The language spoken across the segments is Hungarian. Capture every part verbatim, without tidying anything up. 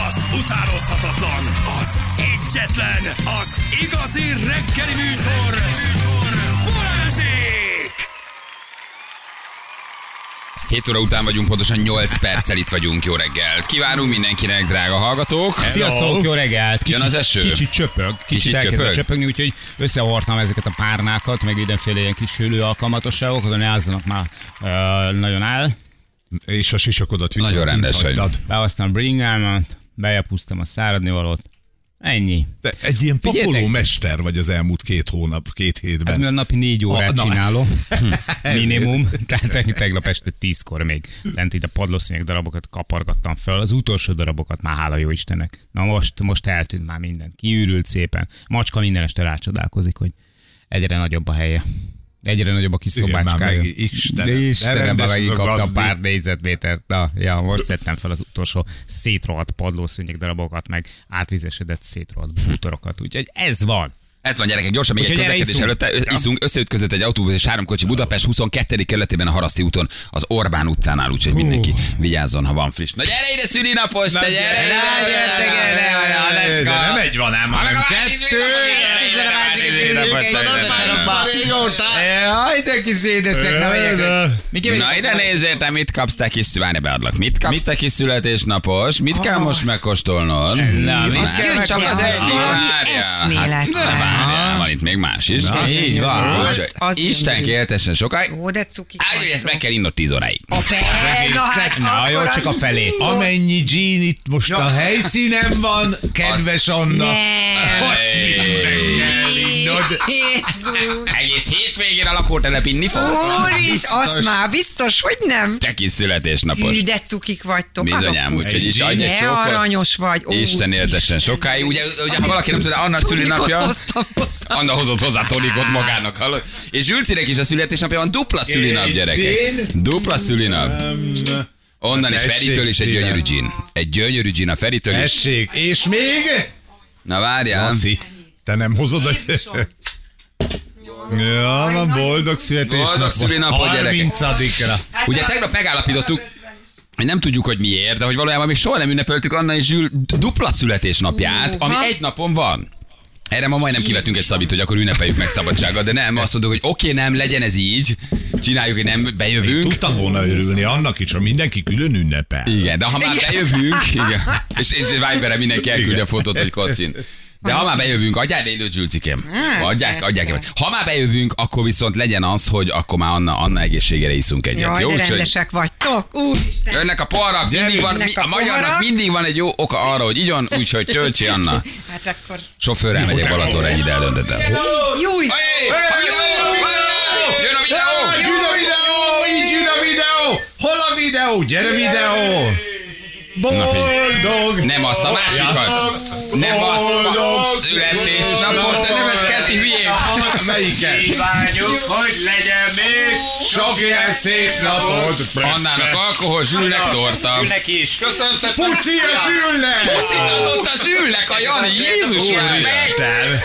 az utánozhatatlan, az egyetlen, az igazi reggeli műsor, Balázsék! hét óra után vagyunk, pontosan nyolc perccel itt vagyunk. Jó reggelt kívánunk mindenkinek, drága hallgatók. Hello. Sziasztok, jó reggelt. Kicsit, jön az eső. Kicsit csöpög. Kicsit, Kicsit elkezdett csöpög. csöpögni, úgyhogy összehordtam ezeket a párnákat, meg mindenféle ilyen kis hűlő alkalmatosságokat, hogy állzanak már uh, nagyon áll. És a sisakodat viszont Nagyon rendes vagy. Behoztam a bringámat, bejapúztam a száradnivalót. Ennyi. Te egy ilyen Figyeljetek. pakoló mester vagy az elmúlt két hónap, két hétben. Hát, mivel napi négy órát A- na. csinálom, minimum, tehát tegnap este tízkor még lent itt a padlószőnyeg darabokat kapargattam fel, az utolsó darabokat már hála jó Istennek. Na most, most eltűnt már minden, kiürült szépen. Macska minden este rácsodálkozik, hogy egyre nagyobb a helye. Egyre nagyobb a kis Igen, már szobácskája. meg- Istenem, De de Istenem, rendes már ez megint a kaptam gazdi. pár négyzetmétert. Na, ja, most szedtem fel az utolsó szétrohadt padlószőnyeg darabokat, meg átvizesedett szétrohadt bútorokat. Úgyhogy ez van. Ez van, gyerekek, gyorsan még egy Úgyhogy erre közlekedés iszunk. előtte. Iszunk, összeütközött egy autóbusz és három kocsi Budapest huszonkettő kerületében a Haraszti úton, az Orbán utcánál, úgyhogy mindenki vigyázzon, ha van friss. Na gyere ide, szülinapos, te gyere, gyere, gyere, gyere, De nem egy van ám, hanem kettő. Jaj, de kis édesek, na megyek. Miki, Na ide nézzél, te mit kapsz, te kis várj, beadlak. Mit kapsz, te kis születésnapos? Mit kell most megkóstolnod? Na, mit Hát, kell csak az egy, valami várjál. Hát, eszméletlen. ne várjál, van itt még más is. így van. Úgyhogy Az- az Isten gyönyörű. éltessen sokáig. Ó, de cukik Ágy, hogy ezt meg kell innod tíz óráig. A pe- na hát Na, jó, akkor csak a az- felét. Amennyi Jean itt most a helyszínen van, kedves Anna. Nem. Azt mindenkel innod. Jézus. Egész hétvégén a lakótelep inni fog. Úr is, Biztos. azt már biztos, hogy nem. Te kis születésnapos. Hű, de cukik vagytok. Bizonyám, adok úgyhogy is puszi. adj egy De csókot. aranyos vagy. Ó, Isten éltessen sokáig. Ugye, ugye, ha valaki nem tudja, Anna szülinapja. Tonikot hoztam hozzá. Anna hozott hozzá tonikot magának, hallod? És Zsülcinek is a születésnapja van, dupla szülinap, gyerekek. Dupla szülinap. Onnan is Tessék, Feritől is egy szívem. gyönyörű gin. Egy gyönyörű gin a Feritől is. Tessék, és még? Na várjál. Laci, te nem hozod a... Ja, van boldog születésnapot. Boldog szülinapot, gyerekek. harmincadikra. Ugye tegnap megállapítottuk, hogy nem tudjuk, hogy miért, de hogy valójában még soha nem ünnepeltük Anna és Zsül dupla születésnapját, ami Uha. egy napon van. Erre ma majdnem kivettünk egy szabít, hogy akkor ünnepeljük meg szabadsággal, de nem, azt mondtuk, hogy oké, nem, legyen ez így, csináljuk, hogy nem, bejövünk. Tudtam volna örülni annak is, ha mindenki külön ünnepel. Igen, de ha már bejövünk, igen, és, és Viberre mindenki elküldi a fotót, hogy kocin. De ha már bejövünk, adjál élőt, Zsülcikém. Adják, persze. adják. Ha már bejövünk, akkor viszont legyen az, hogy akkor már Anna, Anna egészségére iszunk egyet. Jaj, jó? de Úgyhogy rendesek vagytok. Úristen. önnek a poharak, mindig van, mi, Jönnek a a magyarnak poharak. mindig van egy jó oka arra, hogy igyon, úgyhogy töltsi Anna. Hát akkor... Sofőrrel megyek Balatonra, egy ide eldöntöttem. Júj! Jön a videó! Jön a videó! Így jön a videó! Hol a videó? Gyere videó! Boldog! Nem azt a másikat. Nem azt a születésnapot, de nem ezt kell ti hülyék. Melyiket? Kívánjuk, hogy legyen még Sok ilyen szép napot! Annának alkohol, Zsülnek torta. neki is. Köszönöm szépen. Puszi a Zsülnek! Puszit adott a Zsülnek a Jani, Jézus már. Úristen!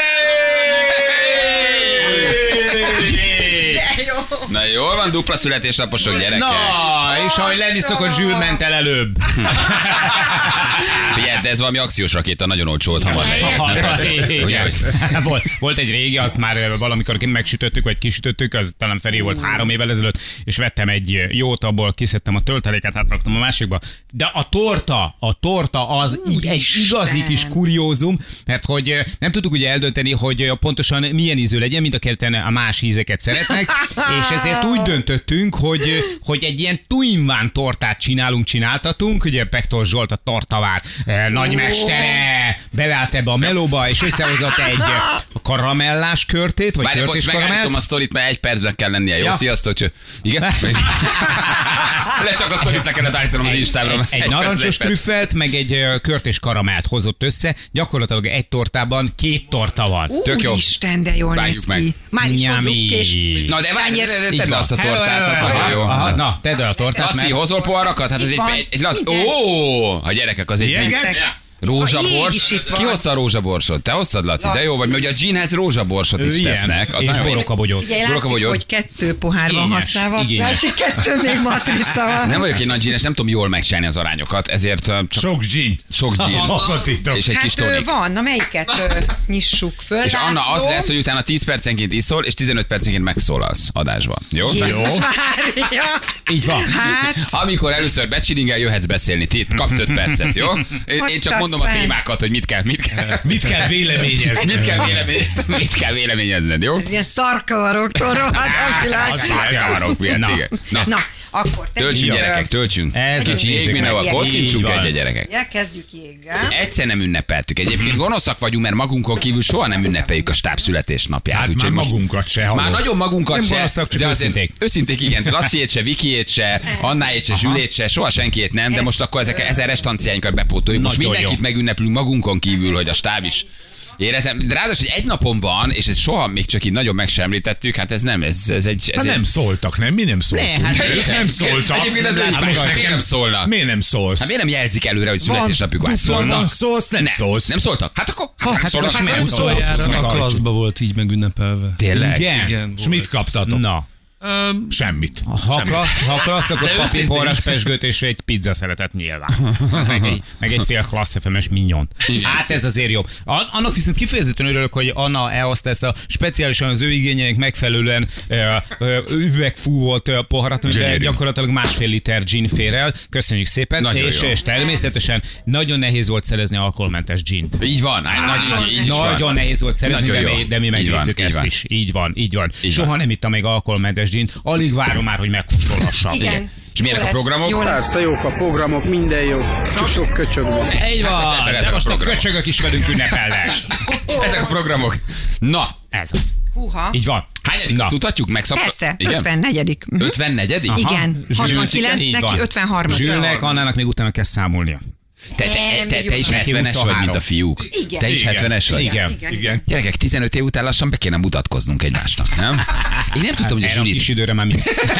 De jó. Na jól van, dupla születésnaposok gyerekek. Na, és ahogy lenni szokott, Zsül ment el előbb. Figyelj, de ez valami akciós rakéta, nagyon olcsó volt, hamar lejött. Ugye, hogy- volt, volt egy régi, azt már valamikor megsütöttük, vagy kisütöttük, az talán Feri volt három évvel ezelőtt, és vettem egy jót, abból kiszedtem a tölteléket, átraktam a másikba. De a torta, a torta az így egy igazi kis kuriózum, mert hogy eh, nem tudtuk ugye eldönteni, hogy eh, pontosan milyen ízű legyen, mind a ketten a más ízeket szeretnek, és ezért úgy döntöttünk, hogy, eh, hogy egy ilyen tuinván tortát csinálunk, csináltatunk, ugye Pektor Zsolt a tortavár eh, nagymestere beleállt ebbe a melóba, és összehozott egy eh, karamellás körtét, vagy Várj, körtés bocs, megállítom karamell. a sztorit, mert egy percben kell lennie, jó? Ja. Sziasztok, cső. Igen? Le csak a sztorit le kellett állítanom az Instábra. Egy, egy narancsos trüffelt, meg egy ö, körtés karamellt hozott össze, gyakorlatilag egy tortában két torta van. Tök jó. Úristen, de jól Vágjuk néz meg. ki. Már is hozzuk, Nyami. és... Na de várj, Így tedd van. azt a tortát, Aha, akkor jó. aha, na, tedd el a tortát, Laci, mert... hozol poharakat? Hát ez Itt egy, van. egy, egy lasz... Igen. Ó, a gyerekek azért... Ilyeneket? mind- Rózsabors? Jég is itt van. Ki hozta a rózsaborsot? Te hoztad, Laci? De jó vagy, mert ugye a ginhez rózsaborsot is Ő ilyen. tesznek. Az És nagyon jó. borokabogyót. Ugye Burok látszik, vagyok. hogy kettő pohár van Igényes, használva, igényes. másik kettő még matrica van. Nem vagyok egy nagy gines, nem tudom jól megcsinálni az arányokat, ezért ö, csak Sok gin. sok gin. Az a titok. És egy kis Hát ö, tonik. van, na melyiket ö, nyissuk föl? És Anna, az László? lesz, hogy utána tíz percenként iszol, és tizenöt percenként megszólalsz adásban. Jó? Jézus Mária. Így van. Hát, Amikor először becsilingel, jöhetsz beszélni. Ti kapsz öt percet, jó? Én, én csak Hogy mondom a aztán? témákat, hogy mit kell, mit kell. Mit kell véleményezni? Mit kell, véleményezned, mit kell véleményezned, jó? ez ilyen szarkavaroktól rohadt a világ. Az szárkavarok miatt, Na. igen. Na, Na, akkor töltsünk tegyük, gyerekek, ö, töltsünk. Ez Kicsi az jég, nézzük mindenhol meg. kocincsunk Így van. egyet, gyerekek. Ja, kezdjük jéggel. Egyszer nem ünnepeltük. Egyébként gonoszak vagyunk, mert magunkon kívül soha nem ünnepeljük a stáb születésnapját. Hát úgyhogy már most- magunkat se hallom. Már nagyon magunkat Nem se, gonoszak, csak de azért őszinték. őszinték, igen. Laciét se, Vikiét se, Annáét se, Zsülét se, soha senkiét nem, de most akkor ezek ezer restanciáinkat bepótoljuk. Most Nagyon mindenkit jó. megünneplünk magunkon kívül, hogy a stáb is érezem. De ráadásul, hogy egy napon van, és ez soha még csak így nagyon meg sem említettük, hát ez nem, ez, ez egy... Ez Hát egy... nem szóltak, nem? Mi nem szóltunk? Ne, hát ők persze. nem szóltak. Egyébként ez Hát látszik, most hogy nekem- miért nem szólnak? Miért nem szólsz? Hát miért nem jelzik előre, hogy Van, születésnapjuk van? dupla van, Szólnak? szólsz, nem szólsz. Nem szóltak? Hát akkor... Hát, hát nem szólnak, akkor hát nem nem szólnak. szólnak. Szólsz, A meg klaszba volt így megünnepelve. Tényleg? Igen. Igen. És mit kaptatok? Na. Öm, Semmit. Ha klassz, ha klassz, akkor De papi őszintén- porras pesgőt és egy pizza szeretet nyilván. Meg egy, meg egy fél klassz ef em-es mignon. Hát ez azért jobb. An- Annak viszont kifejezetten örülök, hogy Anna elhozta ezt a speciálisan az ő igényének megfelelően ö, ö, üvegfúvolt ö, poharat, amiben Gyönyörű. gyakorlatilag másfél liter gin fér el. Köszönjük szépen. Nagyon és, jó. és természetesen nagyon nehéz volt szerezni alkoholmentes gint. Így van, hát nagy, így, így is van. Nagyon nehéz volt szerezni, Nagyon de jó. mi, de mi Így van, megértük így ezt van. is. Így van, így van. Így Soha van. nem ittam még alkoholmentes gint. Alig várom már, hogy megkóstolhassam. Igen. És milyenek Jó a lesz, programok? jó lesz. Persze jók a programok, minden jó. Csak sok köcsög van. Így van, Hát ezek- ezek de a most a programok. köcsögök is velünk ünnepelnek. Ezek a programok. Na, Ez az. Húha. Így van. hányadik, Na. azt tudhatjuk? Megszapra... Persze, Igen? ötvennegyedik. Mhm. ötvennegyedik? Igen, Zsülnek- hatvankilenc, így neki van. ötvenhárom. Zsülnek, Annának még utána kell számolnia. Te, te, Nem, te, még te is jó. hetvenes vagy, mint a fiúk. Igen. Te is Igen. hetvenes vagy. Igen. Igen. Igen. Gyerekek, tizenöt év után lassan be kéne mutatkoznunk egymásnak, nem? Én nem tudtam, hogy a Erre a Zsuli... kis időre már mind.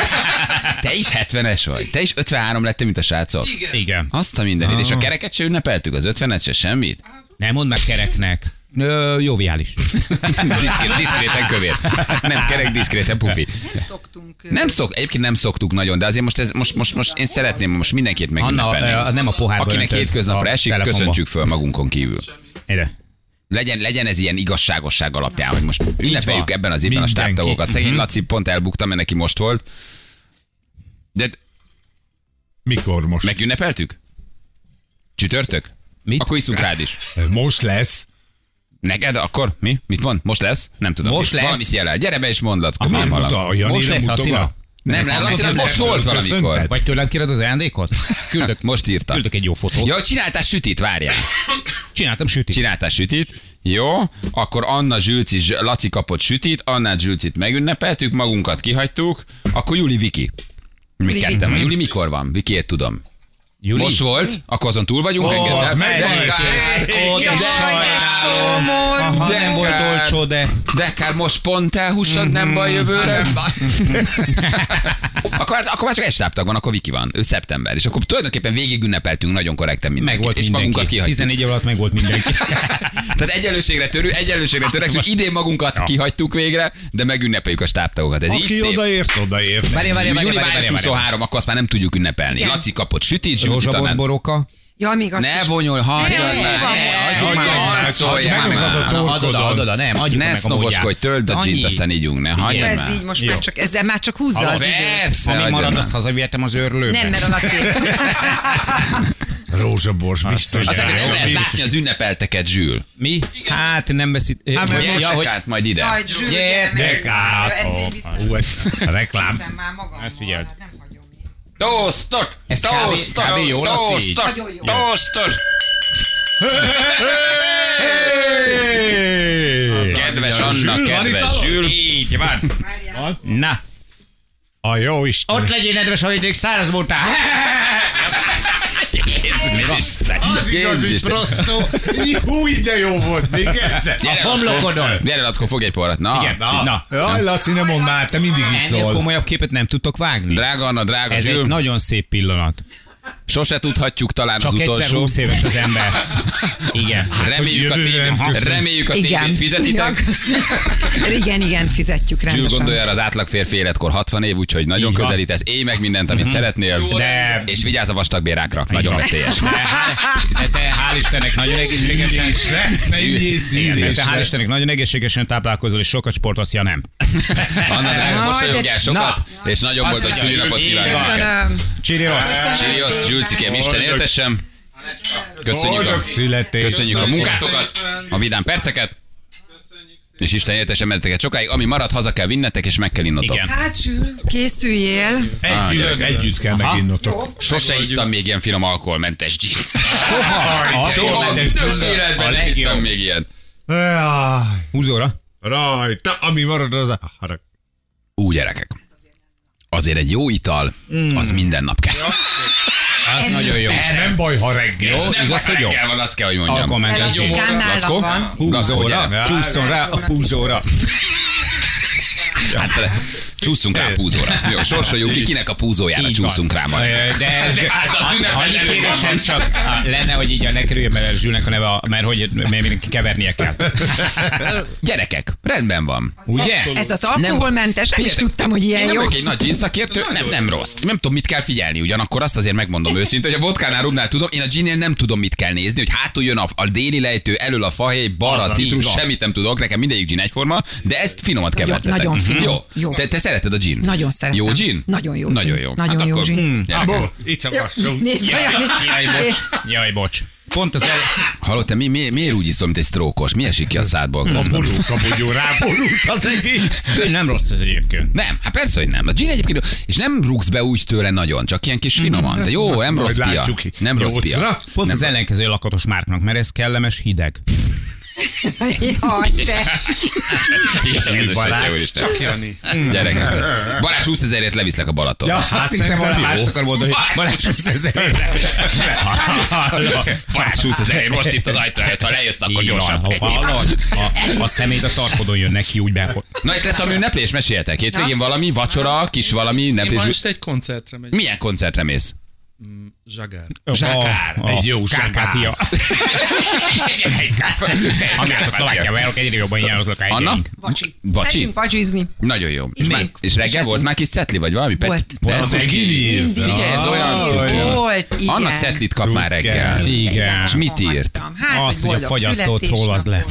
Te is hetvenes vagy. Te is ötvenhárom lettél, mint a srácok. Igen. Azt a mindenit. És a kereket se ünnepeltük, az ötvenet se semmit? Nem mondd meg kereknek. Ö, joviális. Diszkrét, diszkréten kövér. Nem kerek, diszkréten pufi. Nem szoktunk. ö, Nem szok, egyébként nem szoktuk nagyon, de azért most, ez, most, most, most én szeretném most mindenkit megünnepelni. Anna, ö, nem a pohárba Akinek öntöd hétköznapra a esik, telefonba. köszöntsük föl magunkon kívül. Ide. Legyen, legyen ez ilyen igazságosság alapján, hogy most ünnepeljük van. ebben az évben a Mindenki. stábtagokat. Szegény Laci pont elbukta, mert neki most volt. De Mikor most? megünnepeltük? Csütörtök? Mit? Akkor iszunk rád is. Most lesz. Neked akkor? Mi? Mit mond? Most lesz? Nem tudom. Most Mi? lesz. Valamit jelel. Gyere be és mondd, Lackó. Nem Nem mutat, hallom. a Janira Most lesz, mutogat. Hacina? Nem, nem, Laci, nem most lesz. volt valamikor. Köszönted? Vagy tőlem kéred az ajándékot? Küldök, Most írta. küldök egy jó fotót. Ja, hogy csináltál sütit, várjál. Csináltam sütit. Csináltál sütit. Jó, akkor Anna Zsülci, Zs- Laci kapott sütit, Annát Zsülcit megünnepeltük, magunkat kihagytuk, akkor Juli Viki. Még Juli ketten van. Viki. Juli mikor van? Vikiét tudom. Juli? Most volt, akkor azon túl vagyunk. Ó, engedd az el. megvan De ez. kár- Ó, de de sajnálom. kár- Aha, de nem volt kár- olcsó, de... De kár most pont elhussad, nem baj jövőre. akkor, akkor már csak egy stábtag van, akkor Viki van. Ő szeptember. És akkor tulajdonképpen végig ünnepeltünk nagyon korrekten Meg mindenki. volt És magunkat mindenki. kihagytuk. tizenegy év alatt meg volt mindenki. Tehát egyenlőségre törő, egyenlőségre törekszünk. Most- Idén magunkat Ja. kihagytuk végre, de megünnepeljük a stábtagokat. Ez így Aki szép. odaért, odaért. Várj, várj, várj, Júli várj, május várj, várj. huszonhárom, akkor azt már nem tudjuk ünnepelni. Igen. Laci kapott sütit, Zsülci Rózsabot talán. boroka. Ja, még azt Ne is. bonyol, hagyjad Ne, már, van, ne, adjuk hagyjad, meg, harcoljál adjuk meg már. a Na, adod, torkodon. adod, adod, nem, adjuk Ne meg a sznoboskodj, módját. töld a Annyi. gint, aztán ígyunk, ne hagyjad Ez már. így most Jó. már csak, ezzel már csak húzza Halló, az időt. Persze, Ami hagyjad marad, már. azt hazavihetem az őrlőbe. Nem, mert a Laci. Rózsabors, biztos. Azt gyere. nem lehet Biztos. látni az ünnepelteket, Zsül. Mi? Hát nem veszít... Hát, mert ja, Gyertek hogy... át majd ide. Jaj, Zsül, Gyere, gyere, De meg. kár. Ezt én biztos Ú, ez a reklám. hiszem már magammal. Ezt figyeld. Hát nem hagyom így. Tosztot! Ez kávé- Tosztot! kávé jó, Laci? Tosztot! Nagyon jó. Tosztot! Kedves Anna, Zsül, kedves Anita? Zsül. Így van. Várjál. Na, A jó Isten. ott legyél nedves, ahogy még száraz voltál. Jézus Isten. Az Jézus igazi Isten. prostó. Hú, de jó volt még egyszer. Gyere, A Lackó. homlokodon. Gyere, Lackó, fogj egy porrat. Na. Igen, na. Jaj, Laci, ne mondd már, te mindig így Ennél szól. komolyabb képet nem tudtok vágni. Drága Anna, drága Ez egy Zsül. nagyon szép pillanat. Sose tudhatjuk, talán Csak az egyszer utolsó. húsz éves az ember. Igen. Reméljük a, jövőre nem tévét, köszönjük. reméljük a tévét fizetitek. Igen, igen, fizetjük Zsül rendesen. gondolja, az átlag férfi életkor hatvan év, úgyhogy nagyon Így van. közelítesz. Élj meg mindent, amit szeretnél. De- És vigyázz a vastagbérákra. Nagyon veszélyes. De, de te hál' Istennek nagyon egészségesen. Menjél Igen, de te hál' szűrésre. Istennek nagyon egészségesen táplálkozol, és sokat sportolsz, ja nem. Anna, drága, Jaj, mosolyogjál de- sokat, és nagyon Azt boldog mondja, szülinapot így kívánok. van. Köszönöm. Csiri rossz. Csiriosz, Zsülcikém, Isten éltessem. Köszönjük a, Boldog születés. köszönjük a munkátokat, a vidám perceket. És Isten éltessem benneteket sokáig. Ami marad, haza kell vinnetek, és meg kell innotok. Igen. Hát, Zsül, készüljél. Együtt, együtt kell meginnotok. Sose ittam még ilyen finom alkoholmentes gin. A Soha büdös a életben nem legjobb. ittam még ilyen. Jaj, Húzóra. Rajta, ami marad az a harag. Ú, gyerekek. Azért egy jó ital, az minden nap kell. Az nagyon jó. Nem baj, ha reggel. És nem igaz, baj, hogy jó. reggel van, azt kell, hogy mondjam. Alkoholmentes Jó, gin. Kán nálam Lackó? van. Lackó, Húzóra. gyere. Csúszson rá a púzóra. Hát tele- csúszunk rá a púzóra. Jó, sorsoljuk ki, kinek a púzójára Így van. csúszunk rá majd. Ö, De ez, Ez az ünnep annyi előtt kérésem van. csak á, lenne, hogy így a ne kerüljön, mert Zsülnek a neve, a- mert hogy mert még kevernie kell. Gyerekek, rendben van. Ugye? Ez az alkoholmentes, nem is Figyeljetek, tudtam, hogy Én ilyen nem jó. vagyok egy nagy gin szakértő, nem, nem rossz. Nem tudom, mit kell figyelni, ugyanakkor azt azért megmondom őszintén, hogy a vodkánál, rumnál tudom, én a ginnél nem tudom, mit kell nézni, hogy hátul jön a, a déli lejtő, elől a fahéj, balra, Az citrus, az. semmit nem tudok, nekem mindegyik gin egyforma, de ezt finomat kevertetek. nagyon finom. Jó. Jó. Te, te szereted a gin? Nagyon szeretem. Jó gin? Nagyon jó Nagyon gin. jó. Nagyon Hát jó akkor- gin. Gyerekek, Itt szavassunk. Nézd, Jaj, olyan, jaj, bocs. nézd. Jaj, bocs. Pont az el... Hallod, te mi, mi, miért úgy iszol, mint egy sztrókos? Mi esik ki a szádból? A közben? borulka bogyó ráborult az egész. Nem rossz ez egyébként. Nem, hát persze, hogy nem. A gin egyébként, és nem rúgsz be úgy tőle nagyon, csak ilyen kis finoman. De jó, nem rossz Majd pia. látjuk ki. Nem rossz pia. Nyolcra? Pont Nem az ellenkező lakatos márknak, mert ez kellemes, hideg. Jaj, de. Igen, ez a Balázs, satya, úristen. Csak Jani. Gyerekek. Balázs húszezerért leviszlek a Balaton. Ja, hát szerintem valami mást akar mondani, hogy Balázs húszezerre. Balázs húszezerért most itt az ajtó előtt, ha lejössz, akkor gyorsan. Ha hallod, a, a szemét a tarkodon jön neki úgy be. hogy- Na és lesz valami ünneplés? Meséljetek. Hétvégén valami, vacsora, kis valami Én ma ünneplés. este egy koncertre megy. Milyen koncertre mész? Zsagár. Zsákár. A- a Egy jó Kárpátia. Ami azt látja, mert egyre jobban ilyen azok a Anna? helyeink. Vacsi. Vacsi? Megyünk vacsizni. Nagyon jó. És, Iszunk. már, és reggel És volt eszünk. már kis cetli, vagy valami? Peti? Volt. Volt. Az egili. Mindig. Figyelj, ez olyan cuki. Volt, igen. Anna cetlit kap már reggel. Igen. És mit írt? Hát, Azt, hogy a fagyasztót rólazd le.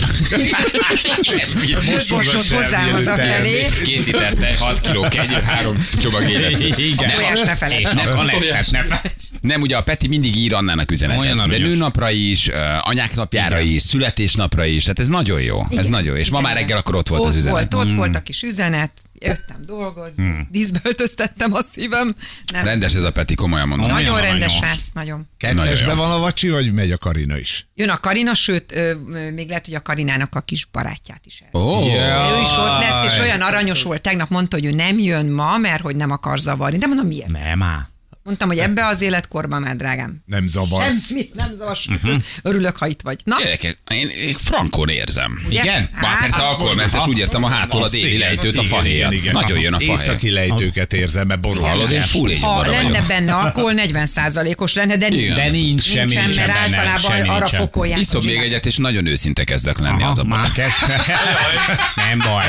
Mosott hozzám az a felé. Két liter tej, hat kiló kenyér, három csomag élet. Igen. Tojás ne felejtsd. És nem a lesztet, ne felejtsd. Nem, ugye a Peti mindig ír Annának üzenetet. Olyan De aranyos. nőnapra is, ö, anyák napjára Igen. is, születésnapra is. Hát ez nagyon jó. Ez Igen. nagyon jó. És ma már reggel akkor ott volt az üzenet. Volt, ott volt a kis üzenet. Jöttem dolgozni, díszbe öltöztettem a szívem. Nem, Rendes ez a Peti, komolyan mondom. Olyan Nagyon rendes aranyos. srác, nagyon. Nagyon Kettesbe jó. van a vacsi, vagy megy a Karina is? Jön a Karina, sőt, ö, ö, még lehet, hogy a Karinának a kis barátját is el. Ó, Yeah. Ő is ott lesz, és olyan aranyos volt. Tegnap mondta, hogy ő nem jön ma, mert hogy nem akar zavarni. De mondom, miért? Nem áll. Mondtam, hogy ebbe az életkorban már, drágám. Nem zavarsz. Semmit nem zavar, sőt, örülök, ha itt vagy. Na, Gyerekek, én, én frankon érzem. ugye? Igen? Már persze Hát, alkoholmentes, úgy értem a hátul a Azt déli igen, lejtőt, a igen, fahéjat. igen, igen. Nagyon jön a fahéj. Északi lejtőket érzem, mert borul. Hallod, én full Ha égyomarra lenne vagyok. benne alkohol, negyven százalékos lenne, de Igen. De nincs semmi, nincsen, nincsen mert benne, általában semmi arra nincsen. fokolják. Iszom hogy még igen. egyet, és nagyon őszinte kezdek lenni, az a baj. Már kezd. Nem baj.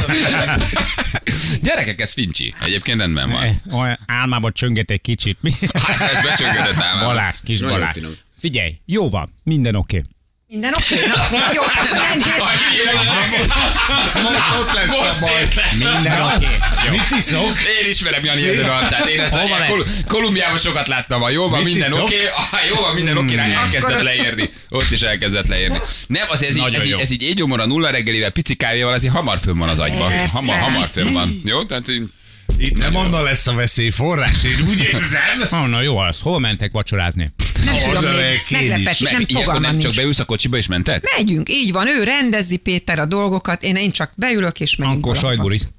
Gyerekek, ez fincsi. Egyébként rendben van. Olyan álmában csönget egy kicsit. Mi? Hát ez becsöngedett ám. Balázs, kis Nagyon Balázs. finom. Figyelj, jó van, minden oké. Okay. Minden oké? Na, jó, akkor menjél. Ott lesz a baj. Minden oké. Okay. Mit iszok? Én ismerem Jani ezen arcát. Én ezt Hova a lett? Kol- Kolumbiában sokat láttam. A jó van, Mit minden iszok? oké. Okay. Jó van, minden oké. Okay, elkezdett Akkor- leérni. Ott is elkezdett leérni. Nem, az ez így, Nagyon ez így, jó. ez így égyomor a nulla reggelivel, pici kávéval, azért hamar fönn van az agyban. Persze. Hamar, hamar fönn van. Jó? Tehát így... Itt nem Anna lesz a veszélyforrás, én úgy érzem. Oh, na jó az, hol mentek vacsorázni? Nem tudom, Oda még meg én is. meglepetés, Meg, nem ilyenkor fogalmam nem csak nincs. beülsz a kocsiba és mentek? Megyünk, így van, ő rendezi Péter a dolgokat, én, én csak beülök és megyünk. Ankor sajtburit.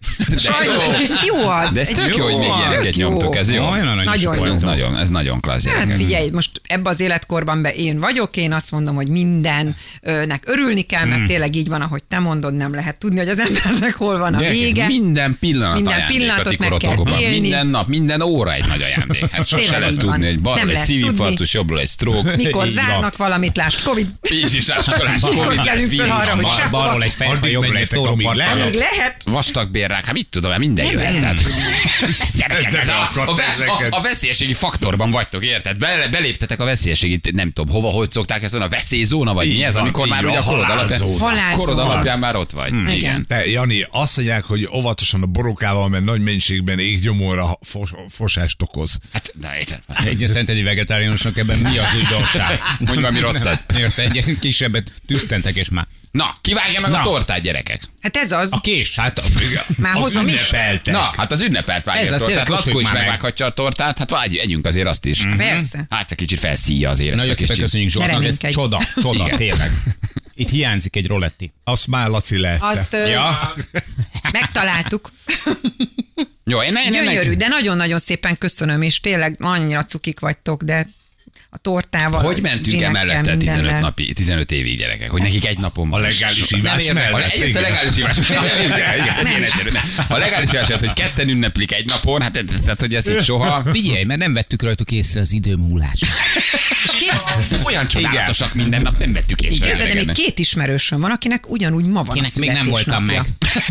Jó az. De ez egy tök jó, hogy még az, ilyeneket jó. nyomtok, ez jó. Olyan aranyos Nagyon volt. jó. Ez nagyon, ez nagyon klassz. Hát gyerekek. figyelj, most ebbe az életkorban be én vagyok, én azt mondom, hogy mindennek örülni kell, mert tényleg így van, ahogy te mondod, nem lehet tudni, hogy az embernek hol van a Gyerekek, vége. minden pillanat Minden ajándék a pillanatot ti meg kell marotokokban. élni. Minden nap, minden óra egy nagy ajándék. Hát sose Tényleg lehet így van. tudni, hogy balról Nem egy lehet szívinfarktus, jobbról egy stroke. Mikor Így van. zárnak valamit, lásd, Covid. Így is láskolás, Mikor Covid, kelünk föl vírus, arra, hogy bal- sehova. Balról egy fejfa, Addig jobbról egy menjetek, amíg szóróparttal. lehet. Még lehet? vastagbérrák, hát mit tudom, hát minden jöhet. Tehát, gyerekek, De hát ne a, akadt a, ve- ezeket. a, a veszélyességi faktorban vagytok, érted? Be, beléptetek a veszélyességi, nem tudom, hova, hogy szokták ezt mondani, a veszélyzóna, vagy Így mi ez, van, amikor így már van, ugye a korod alapján, halálzóna. Halálzóna. korod alapján már ott vagy. Igen. Igen. Te, Jani, azt mondják, hogy óvatosan a borokával, mert nagy mennyiségben éggyomorra fos, fosást okoz. Hát, na, érted? Egy szerinted egy vegetáriánusnak ebben mi az újdonság? Mondj valami rosszat. Érted? Egy kisebbet tüsszentek és már. Na, kivágja meg Na. a tortát, gyerekek. Hát ez az. A kés. Hát Már Az hozom is. ünnepeltek. Na, hát az ünnepelt vágja Ez a az tortát. tényleg, Laszkó köszönjük is már meg. megvághatja a tortát, hát vágy, együnk azért azt is. Persze. Hát, egy kicsit felszíja azért ezt nagyon a kis szépen csi- köszönjük Ne Zsoltnak, ez reménykedj. csoda, csoda, Igen. tényleg. Itt hiányzik egy roletti. Azt már Laci lehette. Azt ö, Ja, megtaláltuk. Jó, én, én, én, Gyönyörű, de nagyon-nagyon szépen köszönöm, és tényleg annyira cukik vagytok, de a tortával. Hogy mentünk zsinekkel, emellette mindennel. tizenöt napi, tizenöt évig, gyerekek? Hogy nekik egy napon A van. legális So- ivás nem érdekel. mellett, A- Egyrészt a igen. legális ivás. Igen, igen, ez ilyen egyszerű. Nem. A legális ivás mellett, hogy ketten ünneplik egy napon, hát tehát, hogy ez így soha. figyelj, mert nem vettük rajtuk észre az idő múlását. És képzeld, Olyan csodálatosak minden nap, nem vettük észre. képzeld, de még öregednek. két ismerősöm van, akinek ugyanúgy ma van Akinek a még nem voltam meg.